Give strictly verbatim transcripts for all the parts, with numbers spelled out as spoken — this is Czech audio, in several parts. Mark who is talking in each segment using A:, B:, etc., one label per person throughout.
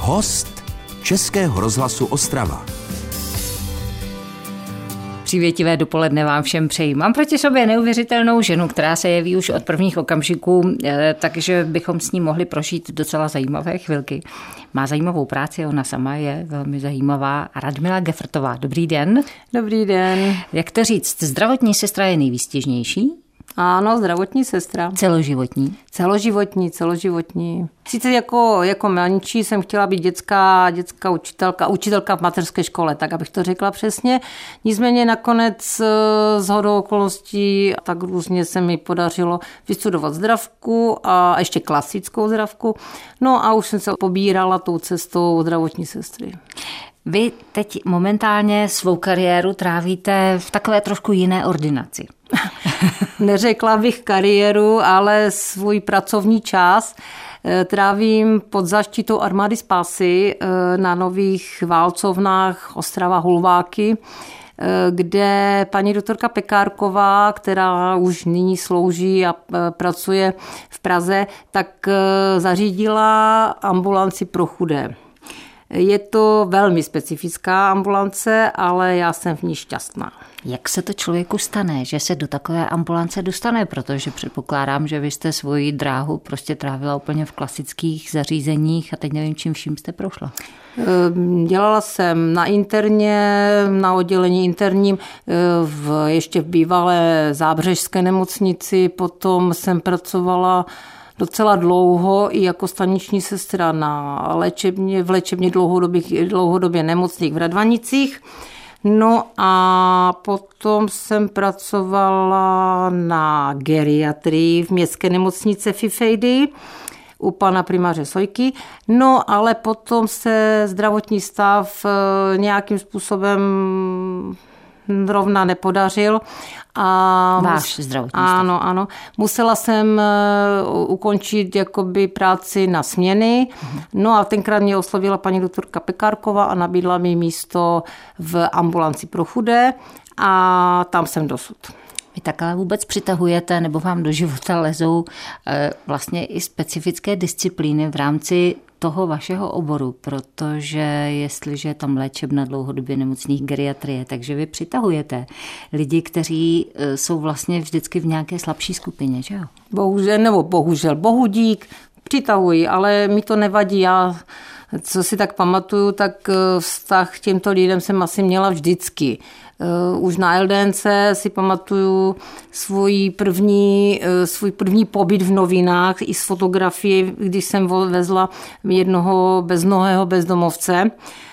A: Host Českého rozhlasu Ostrava.
B: Přívětivé dopoledne vám všem přeji. Mám proti sobě neuvěřitelnou ženu, která se jeví už od prvních okamžiků, takže bychom s ní mohli prožít docela zajímavé chvilky. Má zajímavou práci, ona sama je velmi zajímavá. Radmila Gefrtová, dobrý den.
C: Dobrý den.
B: Jak to říct, zdravotní sestra je nejvýstěžnější?
C: Ano, zdravotní sestra.
B: Celoživotní?
C: Celoživotní, celoživotní. Sice jako, jako mladší jsem chtěla být dětská, dětská učitelka, učitelka v mateřské škole, tak abych to řekla přesně. Nicméně nakonec shodou okolností tak různě se mi podařilo vystudovat zdravku a ještě klasickou zdravku. No a už jsem se pobírala tou cestou zdravotní sestry.
B: Vy teď momentálně svou kariéru trávíte v takové trošku jiné ordinaci.
C: Neřekla bych kariéru, ale svůj pracovní čas trávím pod zaštitou armády spásy na nových válcovnách Ostrava Hulváky, kde paní doktorka Pekárková, která už nyní slouží a pracuje v Praze, tak zařídila ambulanci pro chudé. Je to velmi specifická ambulance, ale já jsem v ní šťastná.
B: Jak se to člověku stane, že se do takové ambulance dostane? Protože předpokládám, že vy jste svoji dráhu prostě trávila úplně v klasických zařízeních a teď nevím, čím vším jste prošla.
C: Dělala jsem na interně, na oddělení interním, v, ještě v bývalé zábřežské nemocnici, potom jsem pracovala docela dlouho i jako staniční sestra na léčebně, v léčebně dlouhodobě, dlouhodobě nemocných v Radvanicích. No a potom jsem pracovala na geriatrii v městské nemocnici Fifejdy u pana primáře Sojky. No ale potom se zdravotní stav nějakým způsobem rovna nepodařil. A
B: Váš zdravotní stav.
C: Ano, ano. Musela jsem ukončit jakoby práci na směny. No a tenkrát mě oslovila paní doktorka Pekárková a nabídla mi místo v ambulanci pro chudé a tam jsem dosud.
B: Vy takhle vůbec přitahujete, nebo vám do života lezou vlastně i specifické disciplíny v rámci toho vašeho oboru, protože jestliže je tam léčebna dlouhodobě nemocných geriatrie, takže vy přitahujete lidi, kteří jsou vlastně vždycky v nějaké slabší skupině, že jo?
C: Bohužel, nebo bohužel, bohudík, přitahuji, ale mi to nevadí. Já, co si tak pamatuju, tak vztah k těmto lidem jsem asi měla vždycky. Už na el dé en cé si pamatuju svůj první, svůj první pobyt v novinách i s fotografií, když jsem vezla jednoho beznohého bezdomovce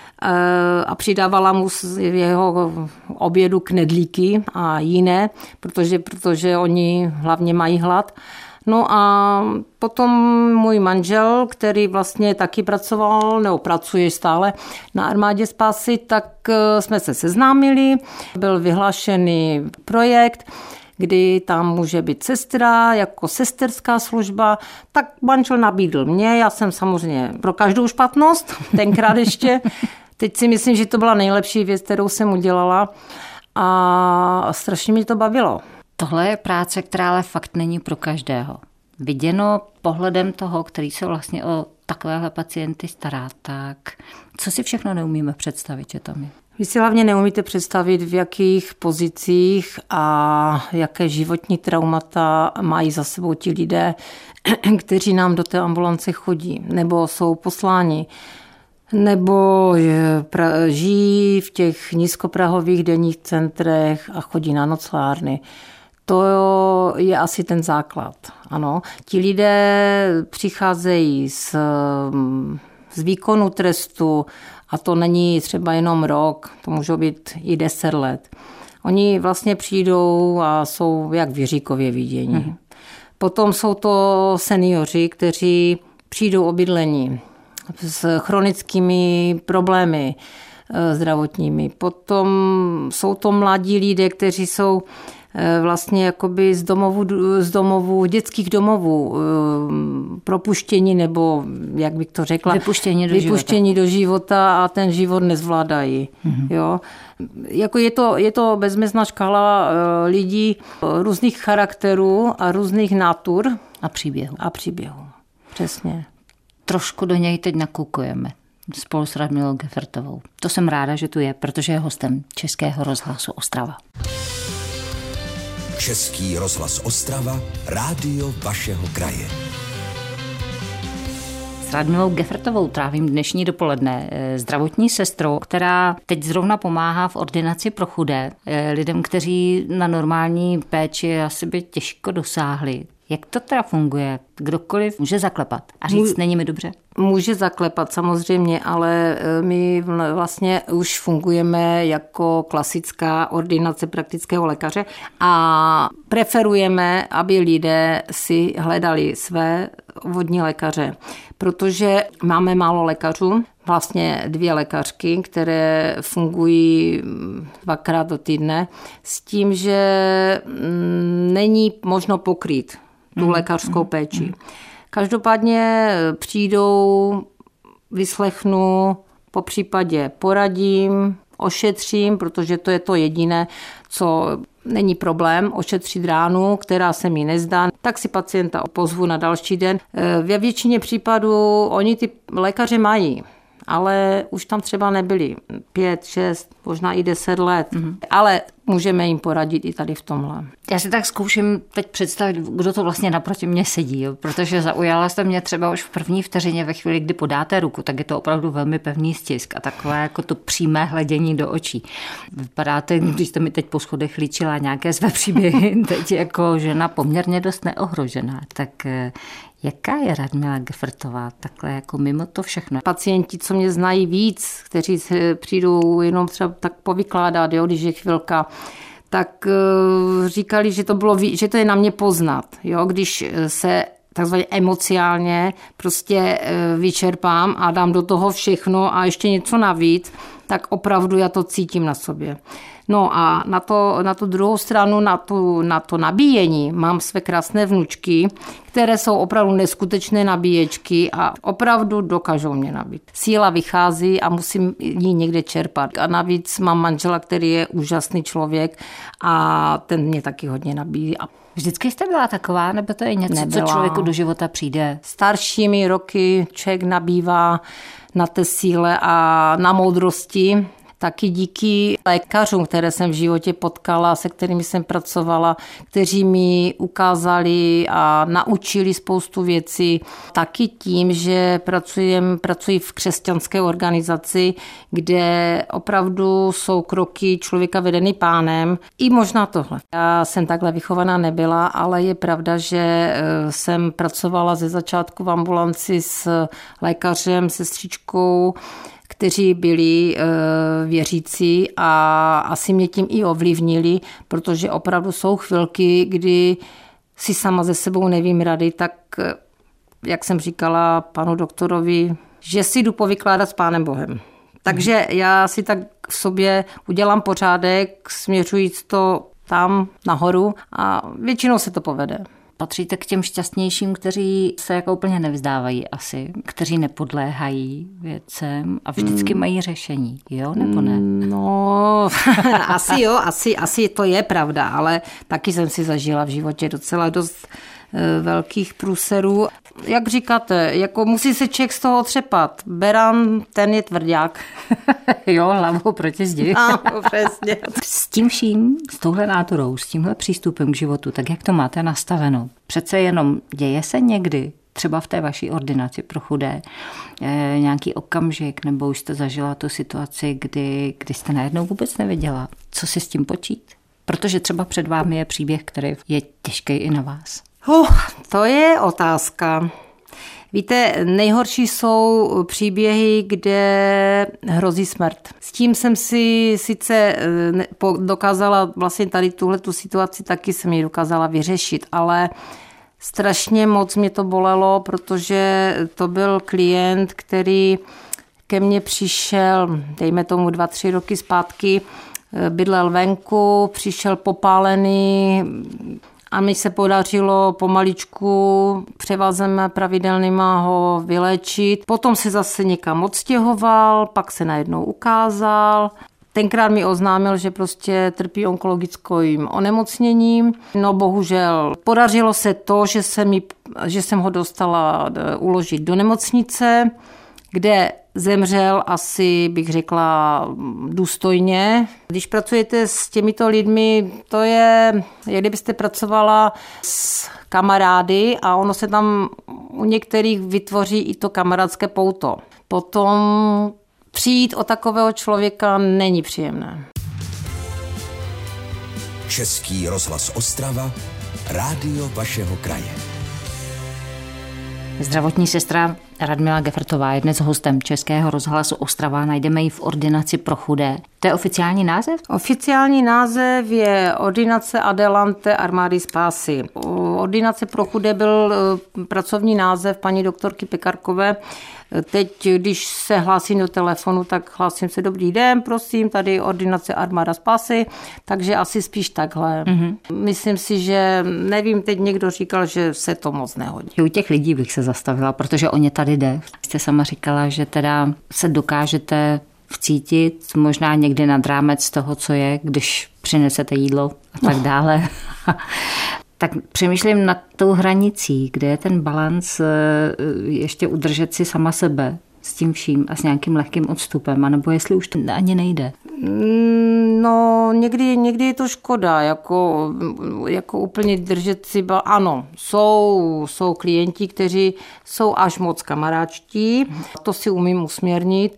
C: a přidávala mu z jeho obědu knedlíky a jiné, protože, protože oni hlavně mají hlad. No a potom můj manžel, který vlastně taky pracoval, nebo pracuje stále na armádě spásy, tak jsme se seznámili. Byl vyhlášený projekt, kdy tam může být sestra, jako sesterská služba, tak manžel nabídl mě, já jsem samozřejmě pro každou špatnost, tenkrát ještě. Teď si myslím, že to byla nejlepší věc, kterou jsem udělala a strašně mě to bavilo.
B: Tohle je práce, která ale fakt není pro každého. Viděno pohledem toho, který se vlastně o takovéhle pacienty stará, tak co si všechno neumíme představit, že tam je?
C: Vy si hlavně neumíte představit, v jakých pozicích a jaké životní traumata mají za sebou ti lidé, kteří nám do té ambulance chodí, nebo jsou posláni, nebo žijí v těch nízkoprahových denních centrech a chodí na noclárny. To je asi ten základ. Ano. Ti lidé přicházejí z, z výkonu trestu a to není třeba jenom rok, to může být i deset let. Oni vlastně přijdou a jsou jak v Jiříkově vidění. Hmm. Potom jsou to seniori, kteří přijdou o bydlení s chronickými problémy zdravotními. Potom jsou to mladí lidé, kteří jsou vlastně jakoby z domovů, z domovů, dětských domovů propuštění, nebo jak bych to řekla,
B: vypuštění do
C: vypuštění
B: života.
C: do života a ten život nezvládají. Mm-hmm. Jo. Jako je to, je to bezmezná škála lidí různých charakterů a různých natur.
B: A příběhů.
C: A příběhů. Přesně.
B: Trošku do něj teď nakoukujeme. spolu s Radmilou Gefertovou. To jsem ráda, že tu je, protože je hostem Českého rozhlasu Ostrava.
A: Český rozhlas Ostrava, rádio vašeho kraje.
B: S Radmilou Gefertovou trávím dnešní dopoledne, zdravotní sestrou, která teď zrovna pomáhá v ordinaci pro chudé lidem, kteří na normální péči asi by těžko dosáhli. Jak to teda funguje? Kdokoliv může zaklepat a říct, není mi dobře?
C: Může zaklepat samozřejmě, ale my vlastně už fungujeme jako klasická ordinace praktického lékaře a preferujeme, aby lidé si hledali své obvodní lékaře, protože máme málo lékařů, vlastně dvě lékařky, které fungují dvakrát do týdne, s tím, že není možno pokrýt tu lékařskou péči. Každopádně přijdou, vyslechnu, po případě poradím, ošetřím, protože to je to jediné, co není problém, ošetřit ránu, která se mi nezdá, tak si pacienta pozvu na další den. Ve většině případů oni ty lékaře mají, ale už tam třeba nebyli pět, šest, možná i deset let. Mm-hmm. Ale můžeme jim poradit i tady v tomhle.
B: Já si tak zkouším teď představit, kdo to vlastně naproti mě sedí, jo? Protože zaujala jste mě třeba už v první vteřině ve chvíli, kdy podáte ruku, tak je to opravdu velmi pevný stisk a takové jako to přímé hledění do očí. Vypadáte, když jste mi teď po schodech líčila nějaké své příběhy, teď jako žena poměrně dost neohrožená, tak jaká je Radmila Gefertová takhle jako mimo to všechno?
C: Pacienti, co mě znají víc, kteří se přijdou jenom třeba tak povykládat, jo, když je chvilka, tak uh, říkali, že to bylo, že to je na mě poznat, jo, když se takzvaně emocionálně prostě uh, vyčerpám a dám do toho všechno a ještě něco navíc, tak opravdu já to cítím na sobě. No a na, to, na tu druhou stranu, na, tu, na to nabíjení mám své krásné vnučky, které jsou opravdu neskutečné nabíječky a opravdu dokážou mě nabít. Síla vychází a musím ji někde čerpat. A navíc mám manžela, který je úžasný člověk a ten mě taky hodně nabíjí. A
B: vždycky jste byla taková, nebo to je něco, nebyla. Co člověku do života přijde?
C: Staršími roky člověk nabývá na té síle a na moudrosti. Taky díky lékařům, které jsem v životě potkala, se kterými jsem pracovala, kteří mi ukázali a naučili spoustu věcí. Taky tím, že pracujem, pracuji v křesťanské organizaci, kde opravdu jsou kroky člověka vedeny Pánem. I možná tohle. Já jsem takhle vychovaná nebyla, ale je pravda, že jsem pracovala ze začátku v ambulanci s lékařem, sestřičkou, kteří byli e, věřící a asi mě tím i ovlivnili, protože opravdu jsou chvilky, kdy si sama ze sebou nevím rady, tak jak jsem říkala panu doktorovi, že si jdu povykládat s Pánem Bohem. Takže já si tak v sobě udělám pořádek, směřujíc to tam nahoru a většinou se to povede.
B: Patříte k těm šťastnějším, kteří se jako úplně nevzdávají asi, kteří nepodléhají věcem a vždycky mají řešení, jo, nebo ne?
C: No, asi jo, asi, asi to je pravda, ale taky jsem si zažila v životě docela dost velkých průserů. Jak říkáte, jako musí se člověk z toho otřepat. Beran, ten je tvrdák.
B: Jo, hlavou proti zdi.
C: Ano, přesně.
B: S tím vším, s touhle náturou, s tímhle přístupem k životu, tak jak to máte nastaveno? Přece jenom děje se někdy, třeba v té vaší ordinaci pro chudé, nějaký okamžik, nebo už jste zažila tu situaci, kdy, kdy jste najednou vůbec nevěděla, co si s tím počít? Protože třeba před vámi je příběh, který je těžký i na vás.
C: Uh, to je otázka. Víte, nejhorší jsou příběhy, kde hrozí smrt. S tím jsem si sice dokázala, vlastně tady tuhletu situaci taky jsem ji dokázala vyřešit, ale strašně moc mě to bolelo, protože to byl klient, který ke mně přišel, dejme tomu dva, tři roky zpátky, bydlel venku, přišel popálený, a mi se podařilo pomaličku převazem pravidelnýma ho vyléčit. Potom se zase někam odstěhoval, pak se najednou ukázal. Tenkrát mi oznámil, že prostě trpí onkologickým onemocněním. No bohužel podařilo se to, že, se mi, že jsem ho dostala uložit do nemocnice, kde zemřel asi, bych řekla, důstojně. Když pracujete s těmito lidmi, to je, jak kdybyste pracovala s kamarády a ono se tam u některých vytvoří i to kamarádské pouto. Potom přijít o takového člověka není příjemné.
A: Český rozhlas Ostrava, rádio vašeho kraje.
B: Zdravotní sestra Radmila Gefrtová je dnes hostem Českého rozhlasu Ostrava. Najdeme ji v ordinaci pro chudé. To je oficiální název?
C: Oficiální název je ordinace Adelante Armády Spásy. Ordinace pro chudé byl pracovní název paní doktorky Pekarkové. Teď, když se hlásím do telefonu, tak hlásím se dobrý den, prosím, tady ordinace Armáda Spásy, takže asi spíš takhle. Mm-hmm. Myslím si, že nevím, teď někdo říkal, že se to moc nehodí.
B: U těch lidí bych se zastavila, protože o ně tady jde. Jste sama říkala, že teda se dokážete vcítit možná někdy nad rámec toho, co je, když přinesete jídlo a tak dále. Tak přemýšlím nad tou hranicí, kde je ten balanc ještě udržet si sama sebe s tím vším a s nějakým lehkým odstupem, anebo jestli už to ani nejde.
C: No, někdy, někdy je to škoda, jako, jako úplně držet si, ano, jsou, jsou klienti, kteří jsou až moc kamaráčtí, to si umím usměrnit.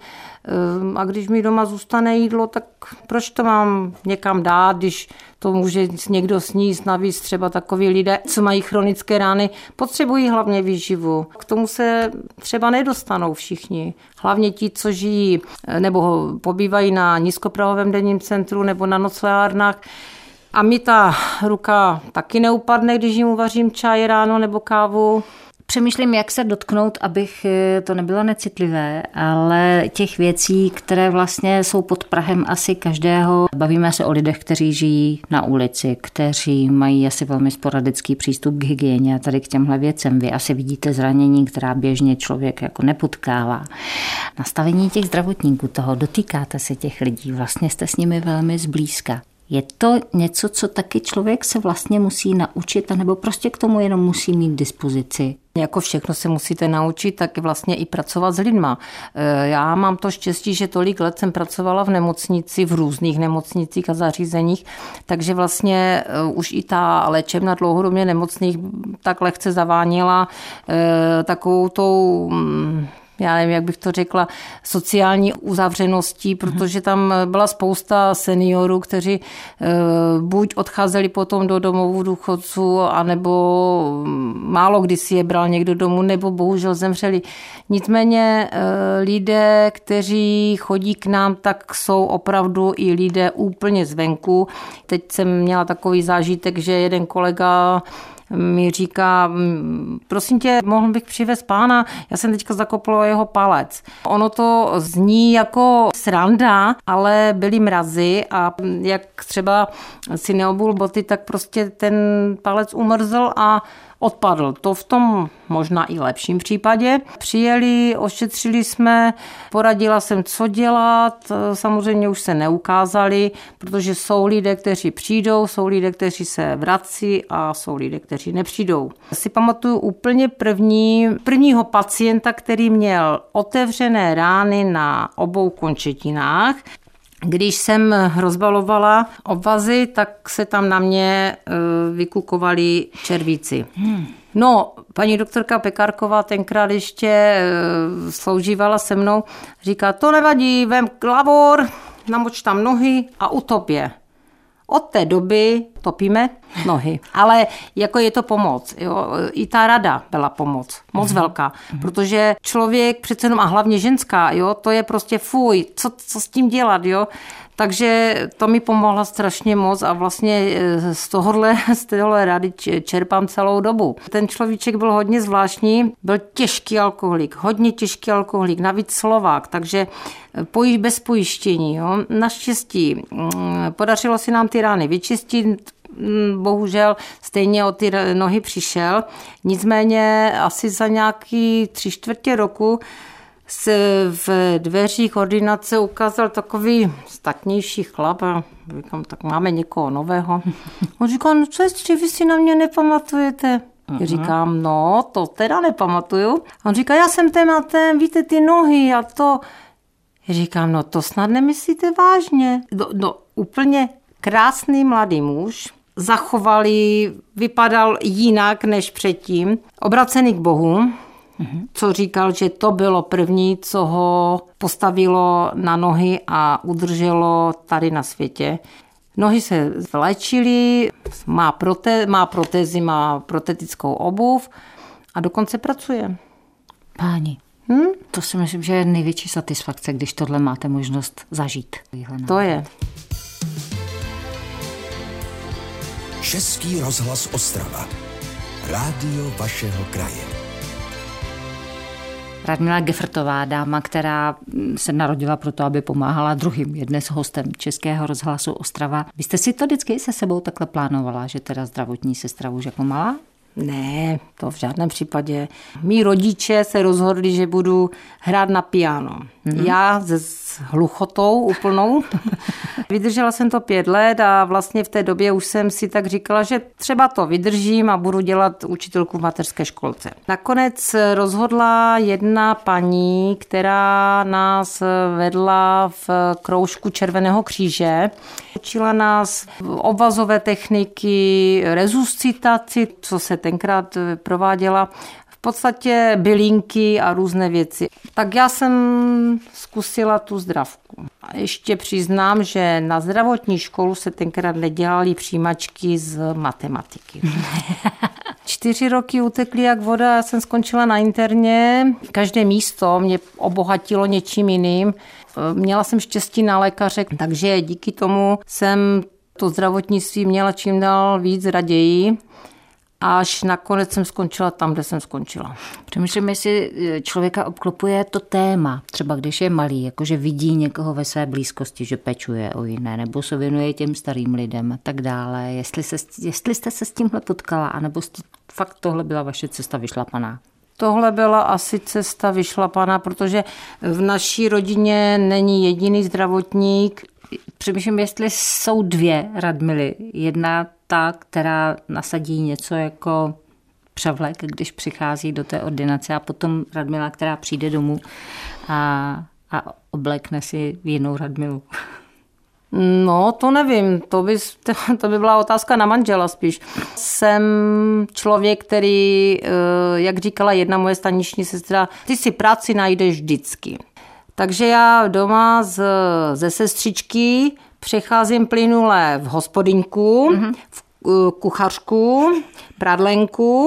C: A když mi doma zůstane jídlo, tak proč to mám někam dát, když to může někdo sníst, navíc třeba takoví lidé, co mají chronické rány, potřebují hlavně výživu. K tomu se třeba nedostanou všichni. Hlavně ti, co žijí nebo pobývají na nízkoprahovém denním centru nebo na noclehárnách. A mi ta ruka taky neupadne, když jim uvařím čaj ráno nebo kávu.
B: Přemýšlím, jak se dotknout, abych to nebylo necitlivé, ale těch věcí, které vlastně jsou pod prahem asi každého. Bavíme se o lidech, kteří žijí na ulici, kteří mají asi velmi sporadický přístup k hygieně a tady k těmhle věcem. Vy asi vidíte zranění, která běžně člověk jako nepotkává. Nastavení těch zdravotníků toho, dotýkáte se těch lidí, vlastně jste s nimi velmi zblízka. Je to něco, co taky člověk se vlastně musí naučit, anebo prostě k tomu jenom musí mít dispozici?
C: Jako všechno se musíte naučit, tak vlastně i pracovat s lidma. Já mám to štěstí, že tolik let jsem pracovala v nemocnici, v různých nemocnicích a zařízeních, takže vlastně už i ta léčebna dlouhodobě nemocných tak lehce zaváněla takovou tou... já nevím, jak bych to řekla, sociální uzavřeností, protože tam byla spousta seniorů, kteří buď odcházeli potom do domovů důchodců, anebo málo kdy si je bral někdo domů, nebo bohužel zemřeli. Nicméně lidé, kteří chodí k nám, tak jsou opravdu i lidé úplně zvenku. Teď jsem měla takový zážitek, že jeden kolega mi říká, prosím tě, mohl bych přivést pána, já jsem teďka zakopla jeho palec. Ono to zní jako sranda, ale byly mrazy a jak třeba si neobul boty, tak prostě ten palec umrzl a odpadl. To v tom možná i lepším případě. Přijeli, ošetřili jsme, poradila jsem, co dělat. Samozřejmě už se neukázali, protože jsou lidé, kteří přijdou, jsou lidé, kteří se vrací a jsou lidé, kteří nepřijdou. Si pamatuju úplně první, prvního pacienta, který měl otevřené rány na obou končetinách. Když jsem rozbalovala obvazy, tak se tam na mě vykukovali červíci. Hmm. No, paní doktorka Pekarková tenkrát ještě sloužívala se mnou, říká, to nevadí, vem lavor, namoč tam nohy a utop je. Od té doby topíme nohy. Ale jako je to pomoc. Jo. I ta rada byla pomoc. Moc mm. velká. Mm. Protože člověk přece jenom, a hlavně ženská, jo, to je prostě fuj, co, co s tím dělat, jo. Takže to mi pomohla strašně moc a vlastně z tohohle, z téhle rady čerpám celou dobu. Ten človíček byl hodně zvláštní, byl těžký alkoholik, hodně těžký alkoholik, navíc Slovák, takže pojí, bez pojištění. Jo. Naštěstí podařilo se nám ty rány vyčistit, bohužel stejně o ty nohy přišel, nicméně asi za nějaký tři čtvrtě roku se v dveřích ordinace ukázal takový statnější chlap a říkám, tak máme někoho nového. On říkal, no co jestli vy si na mě nepamatujete? Uh-huh. Říkám, no, to teda nepamatuju. A on říká, já jsem tématem, víte, ty nohy a to. Říkám, no to snad nemyslíte vážně. No, no úplně krásný mladý muž, zachovali, vypadal jinak než předtím, obracený k Bohu, uh-huh. co říkal, že to bylo první, co ho postavilo na nohy a udrželo tady na světě. Nohy se zléčily, má, prote, má protézy, má protetickou obuv a dokonce pracuje.
B: Páni, hmm? to si myslím, že je největší satisfakce, když tohle máte možnost zažít.
C: To je.
A: Český rozhlas Ostrava. Rádio vašeho kraje.
B: Radmila Gefrtová, dáma, která se narodila proto, aby pomáhala druhým, je dnes hostem Českého rozhlasu Ostrava. Vy jste si to vždycky se sebou takhle plánovala, že teda zdravotní sestra už jako malá?
C: Ne, to v žádném případě. Mí rodiče se rozhodli, že budu hrát na piano. Mm-hmm. Já se hluchotou úplnou. Vydržela jsem to pět let a vlastně v té době už jsem si tak říkala, že třeba to vydržím a budu dělat učitelku v mateřské školce. Nakonec rozhodla jedna paní, která nás vedla v kroužku Červeného kříže. Učila nás obvazové techniky, resuscitaci, co se tenkrát prováděla, v podstatě bylinky a různé věci. Tak já jsem zkusila tu zdravku. A ještě přiznám, že na zdravotní školu se tenkrát nedělaly přijímačky z matematiky. Čtyři roky utekly jak voda, já jsem skončila na interně. Každé místo mě obohatilo něčím jiným. Měla jsem štěstí na lékaře, takže díky tomu jsem to zdravotnictví měla čím dál víc raději. Až nakonec jsem skončila tam, kde jsem skončila.
B: Přemýšlím, jestli člověka obklopuje to téma, třeba když je malý, jakože vidí někoho ve své blízkosti, že pečuje o jiné, nebo se věnuje těm starým lidem a tak dále. Jestli, se, jestli jste se s tímhle potkala, anebo jste, fakt tohle byla vaše cesta vyšlapaná?
C: Tohle byla asi cesta vyšlapaná, protože v naší rodině není jediný zdravotník.
B: Přemýšlím, jestli jsou dvě Radmily. Jedna ta, která nasadí něco jako převlek, když přichází do té ordinace, a potom Radmila, která přijde domů a, a oblekne si jinou Radmilu.
C: No, to nevím, to by, to by byla otázka na manžela spíš. Jsem člověk, který, jak říkala jedna moje staniční sestra, ty si práci najdeš vždycky. Takže já doma z, ze sestřičky přecházím plynule v hospodyňku, mm-hmm. v kuchařku, pradlenku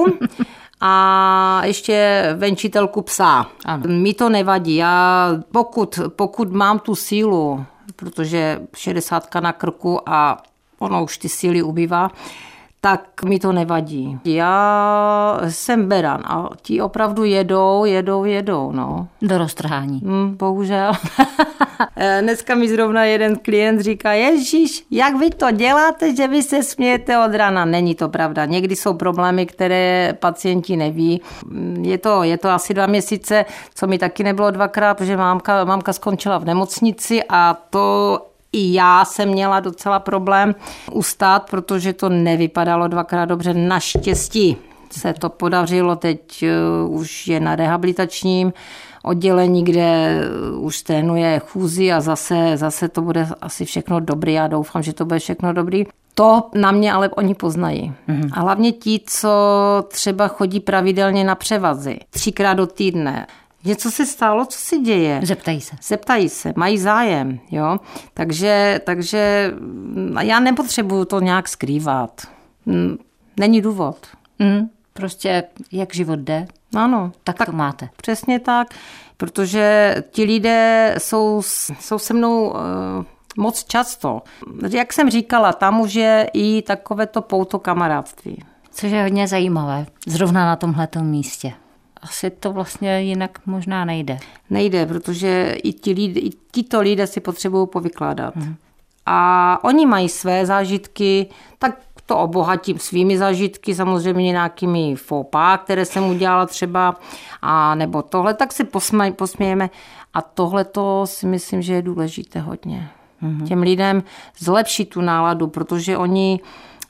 C: a ještě venčitelku psa. Ano. Mi to nevadí. Já pokud, pokud mám tu sílu, protože šedesátka na krku a ono už ty síly ubývá, tak mi to nevadí. Já jsem beran a ti opravdu jedou, jedou, jedou, no.
B: Do roztrhání.
C: Hmm, bohužel. Dneska mi zrovna jeden klient říká, Ježíš, jak vy to děláte, že vy se smějete od rana. Není to pravda. Někdy jsou problémy, které pacienti neví. Je to, je to asi dva měsíce, co mi taky nebylo dvakrát, protože mámka, mámka skončila v nemocnici a to i já jsem měla docela problém ustát, protože to nevypadalo dvakrát dobře. Naštěstí se to podařilo, teď už je na rehabilitačním oddělení, kde už trénuje chůzi a zase, zase to bude asi všechno dobrý. Já doufám, že to bude všechno dobrý. To na mě ale oni poznají. Mm-hmm. A hlavně ti, co třeba chodí pravidelně na převazy, třikrát do týdne. Něco se stalo, co se děje?
B: Zeptají se.
C: Zeptají se, mají zájem, jo. Takže, takže já nepotřebuju to nějak skrývat. Není důvod.
B: Mm, prostě jak život jde,
C: ano,
B: tak, tak to máte.
C: Přesně tak, protože ti lidé jsou, jsou se mnou uh, moc často. Jak jsem říkala, tam už je i takovéto pouto kamarádství.
B: Což je hodně zajímavé, zrovna na tomhletom místě. Asi to vlastně jinak možná nejde.
C: Nejde, protože i, ti lidé, i tito lidé si potřebují povykládat. Hmm. A oni mají své zážitky, tak to obohatím svými zážitky, samozřejmě nějakými faux pas, které jsem udělala třeba, a nebo tohle, tak si posmaj, posmějeme. A tohle to si myslím, že je důležité hodně. Hmm. Těm lidem zlepšit tu náladu, protože oni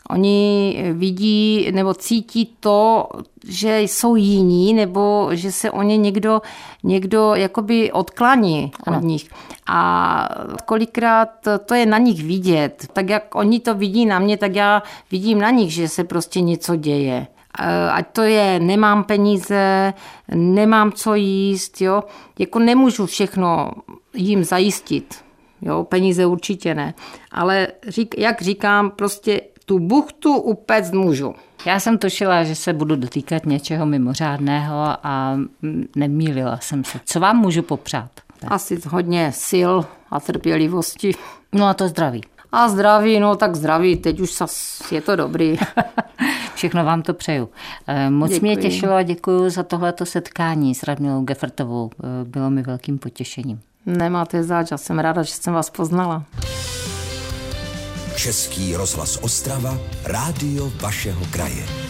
C: Oni vidí nebo cítí to, že jsou jiní, nebo že se o ně někdo, někdo jakoby odklání od nich. A kolikrát to je na nich vidět. Tak jak oni to vidí na mě, tak já vidím na nich, že se prostě něco děje. Ať to je, nemám peníze, nemám co jíst, jo. Jako nemůžu všechno jim zajistit, jo, peníze určitě ne. Ale řík, jak říkám, prostě tu buchtu upéct můžu.
B: Já jsem tušila, že se budu dotýkat něčeho mimořádného a nemýlila jsem se. Co vám můžu popřát?
C: Asi hodně sil a trpělivosti.
B: No a to zdraví.
C: A zdraví, no tak zdraví, teď už je to dobrý.
B: Všechno vám to přeju. Moc
C: Děkuji.
B: mě těšilo a děkuji za tohleto setkání s Radmilou Geffertovou. Bylo mi velkým potěšením.
C: Nemáte zač, já jsem ráda, že jsem vás poznala.
A: Český rozhlas Ostrava, rádio vašeho kraje.